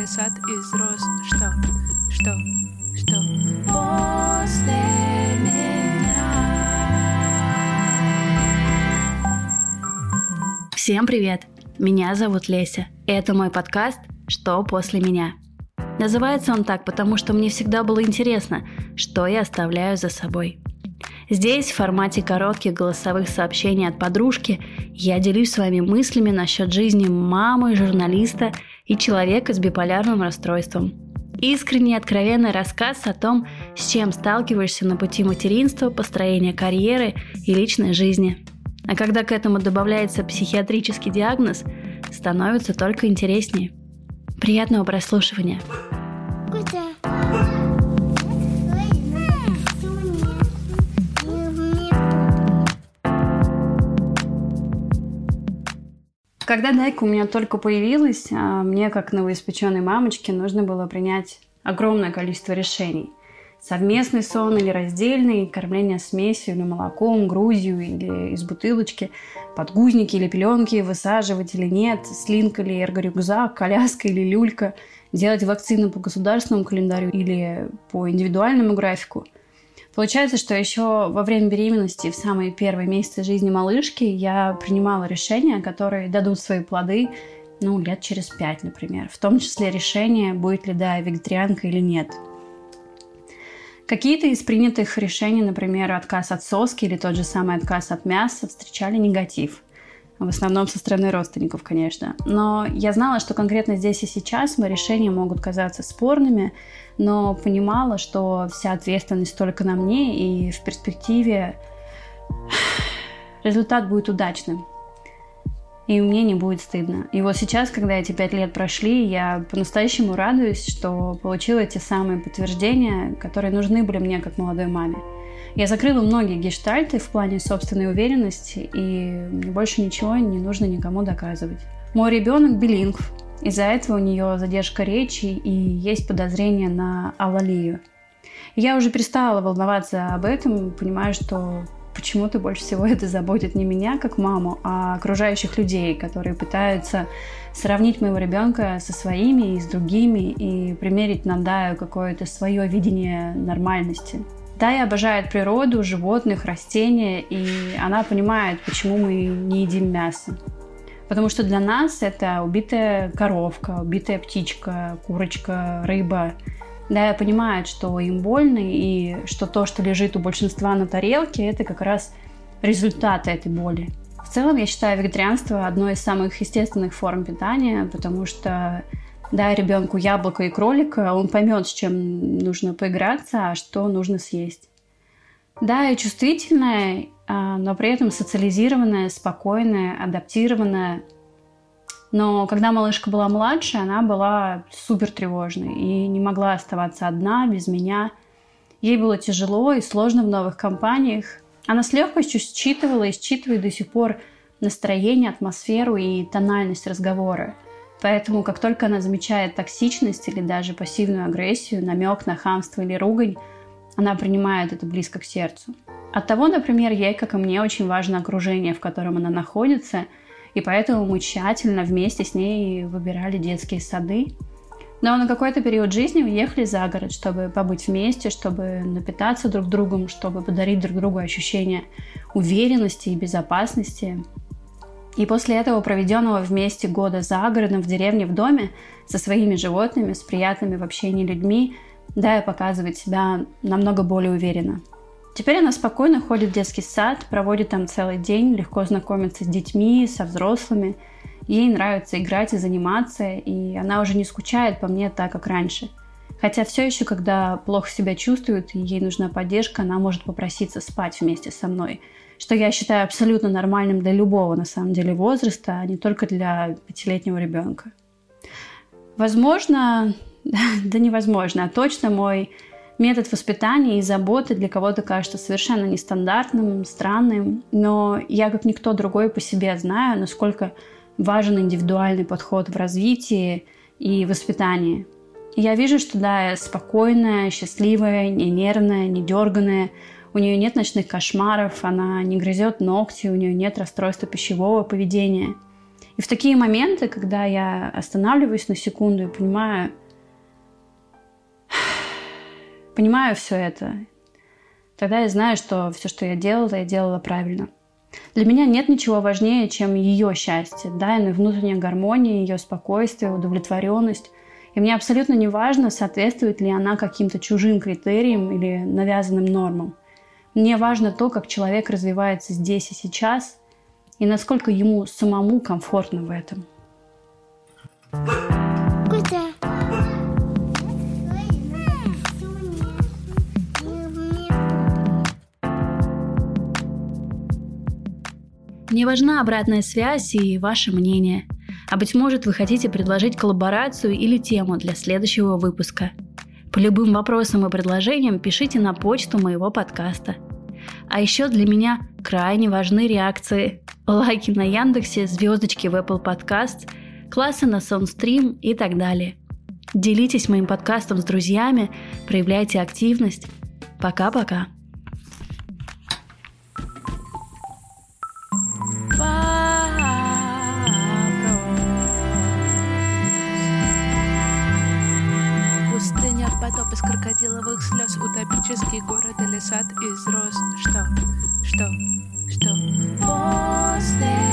детский сад из роз. Что? После меня. Всем привет! Меня зовут Леся. И это мой подкаст «Что после меня?». Называется он так, потому что мне всегда было интересно, что я оставляю за собой. Здесь, в формате коротких голосовых сообщений от подружки, я делюсь своими мыслями насчет жизни мамы, журналиста и человека с биполярным расстройством. Искренний и откровенный рассказ о том, с чем сталкиваешься на пути материнства, построения карьеры и личной жизни. А когда к этому добавляется психиатрический диагноз, становится только интереснее. Приятного прослушивания! Когда Дайка у меня только появилась, мне, как новоиспеченной мамочке, нужно было принять огромное количество решений. Совместный сон или раздельный, кормление смесью или молоком, грудью или из бутылочки, подгузники или пеленки, высаживать или нет, слинг или эрго-рюкзак, коляска или люлька, делать вакцины по государственному календарю или по индивидуальному графику. Получается, что еще во время беременности, в самые первые месяцы жизни малышки, я принимала решения, которые дадут свои плоды, лет через 5, например. В том числе решение, будет ли вегетарианка или нет. Какие-то из принятых решений, например, отказ от соски или тот же самый отказ от мяса, встречали негатив. В основном со стороны родственников, конечно. Но я знала, что конкретно здесь и сейчас мои решения могут казаться спорными, но понимала, что вся ответственность только на мне, и в перспективе результат будет удачным. И мне не будет стыдно. И вот сейчас, когда эти 5 лет прошли, я по-настоящему радуюсь, что получила те самые подтверждения, которые нужны были мне как молодой маме. Я закрыла многие гештальты в плане собственной уверенности, и мне больше ничего не нужно никому доказывать. Мой ребенок билингв. Из-за этого у нее задержка речи и есть подозрение на алалию. Я уже перестала волноваться об этом, понимаю, что почему-то больше всего это заботит не меня как маму, а окружающих людей, которые пытаются сравнить моего ребенка со своими и с другими и примерить на Даю какое-то свое видение нормальности. Дая обожает природу, животных, растения, и она понимает, почему мы не едим мясо. Потому что для нас это убитая коровка, убитая птичка, курочка, рыба. Дая понимает, что им больно, и что то, что лежит у большинства на тарелке, это как раз результат этой боли. В целом, я считаю вегетарианство одной из самых естественных форм питания, потому что дай ребенку яблоко и кролика, он поймет, с чем нужно поиграться, а что нужно съесть. Да, я чувствительная, но при этом социализированная, спокойная, адаптированная. Но когда малышка была младше, она была супер тревожной и не могла оставаться одна, без меня. Ей было тяжело и сложно в новых компаниях. Она с легкостью считывала и считывает до сих пор настроение, атмосферу и тональность разговора. Поэтому, как только она замечает токсичность или даже пассивную агрессию, намек на хамство или ругань, она принимает это близко к сердцу. Оттого, например, ей, как и мне, очень важно окружение, в котором она находится, и поэтому мы тщательно вместе с ней выбирали детские сады. Но на какой-то период жизни уехали за город, чтобы побыть вместе, чтобы напитаться друг другом, чтобы подарить друг другу ощущение уверенности и безопасности. И после этого проведенного вместе года за городом, в деревне, в доме, со своими животными, с приятными в общении людьми, Дая показывает себя намного более уверенно. Теперь она спокойно ходит в детский сад, проводит там целый день, легко знакомится с детьми, со взрослыми. Ей нравится играть и заниматься, и она уже не скучает по мне так, как раньше. Хотя все еще, когда плохо себя чувствует и ей нужна поддержка, она может попроситься спать вместе со мной, что я считаю абсолютно нормальным для любого, на самом деле, возраста, а не только для 5-летнего ребенка. Возможно, да невозможно, а точно мой метод воспитания и заботы для кого-то кажется совершенно нестандартным, странным, но я, как никто другой, по себе знаю, насколько важен индивидуальный подход в развитии и воспитании. И я вижу, что Дая спокойная, счастливая, не нервная, не дерганая, у нее нет ночных кошмаров, она не грызет ногти, у нее нет расстройства пищевого поведения. И в такие моменты, когда я останавливаюсь на секунду и понимаю все это, тогда я знаю, что все, что я делала правильно. Для меня нет ничего важнее, чем ее счастье, да, и внутренняя гармония, ее спокойствие, удовлетворенность. И мне абсолютно не важно, соответствует ли она каким-то чужим критериям или навязанным нормам. Мне важно то, как человек развивается здесь и сейчас, и насколько ему самому комфортно в этом. Мне важна обратная связь и ваше мнение. А быть может, вы хотите предложить коллаборацию или тему для следующего выпуска. По любым вопросам и предложениям пишите на почту моего подкаста. А еще для меня крайне важны реакции. Лайки на Яндексе, звездочки в Apple Podcast, классы на Soundstream и так далее. Делитесь моим подкастом с друзьями, проявляйте активность. Пока-пока. Пустыня, потоп из крокодиловых слез, утопический город или сад из роз. Что? После